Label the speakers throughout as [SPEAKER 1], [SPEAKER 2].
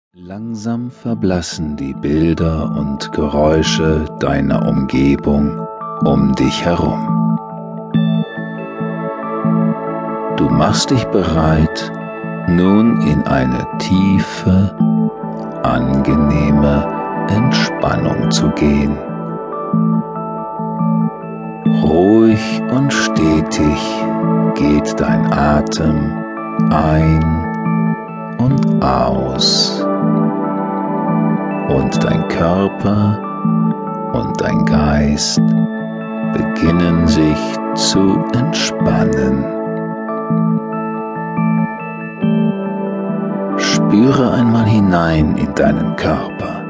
[SPEAKER 1] Langsam verblassen die Bilder und Geräusche deiner Umgebung um dich herum. Du machst dich bereit, nun in eine tiefe, angenehme Entspannung zu gehen. Ruhig und stetig geht dein Atem ein und aus. Und dein Körper und dein Geist beginnen sich zu entspannen. Spüre einmal hinein in deinen Körper,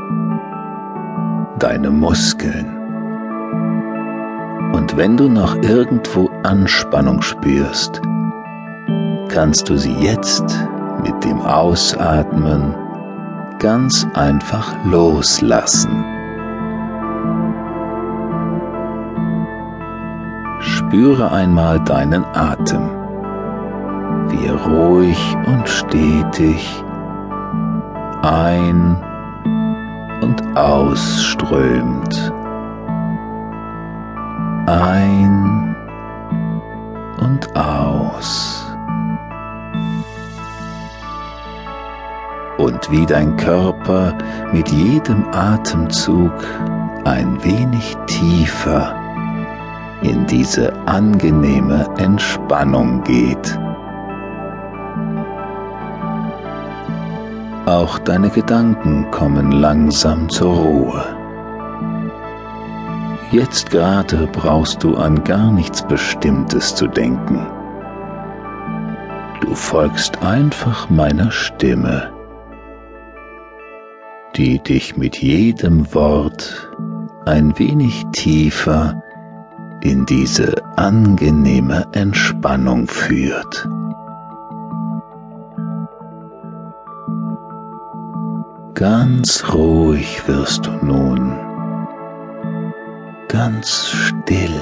[SPEAKER 1] deine Muskeln. Und wenn du noch irgendwo Anspannung spürst, kannst du sie jetzt mit dem Ausatmen ganz einfach loslassen. Spüre einmal deinen Atem, wie er ruhig und stetig ein- und ausströmt. Ein und aus. Und wie dein Körper mit jedem Atemzug ein wenig tiefer in diese angenehme Entspannung geht. Auch deine Gedanken kommen langsam zur Ruhe. Jetzt gerade brauchst du an gar nichts Bestimmtes zu denken. Du folgst einfach meiner Stimme, die dich mit jedem Wort ein wenig tiefer in diese angenehme Entspannung führt. Ganz ruhig wirst du nun, ganz still.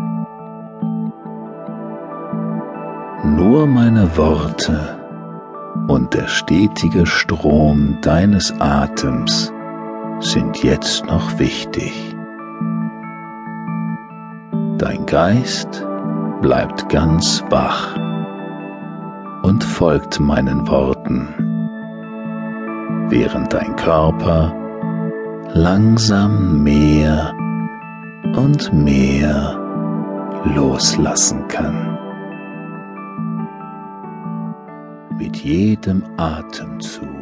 [SPEAKER 1] Nur meine Worte und der stetige Strom deines Atems sind jetzt noch wichtig. Dein Geist bleibt ganz wach und folgt meinen Worten, während dein Körper langsam mehr und mehr loslassen kann. Mit jedem Atemzug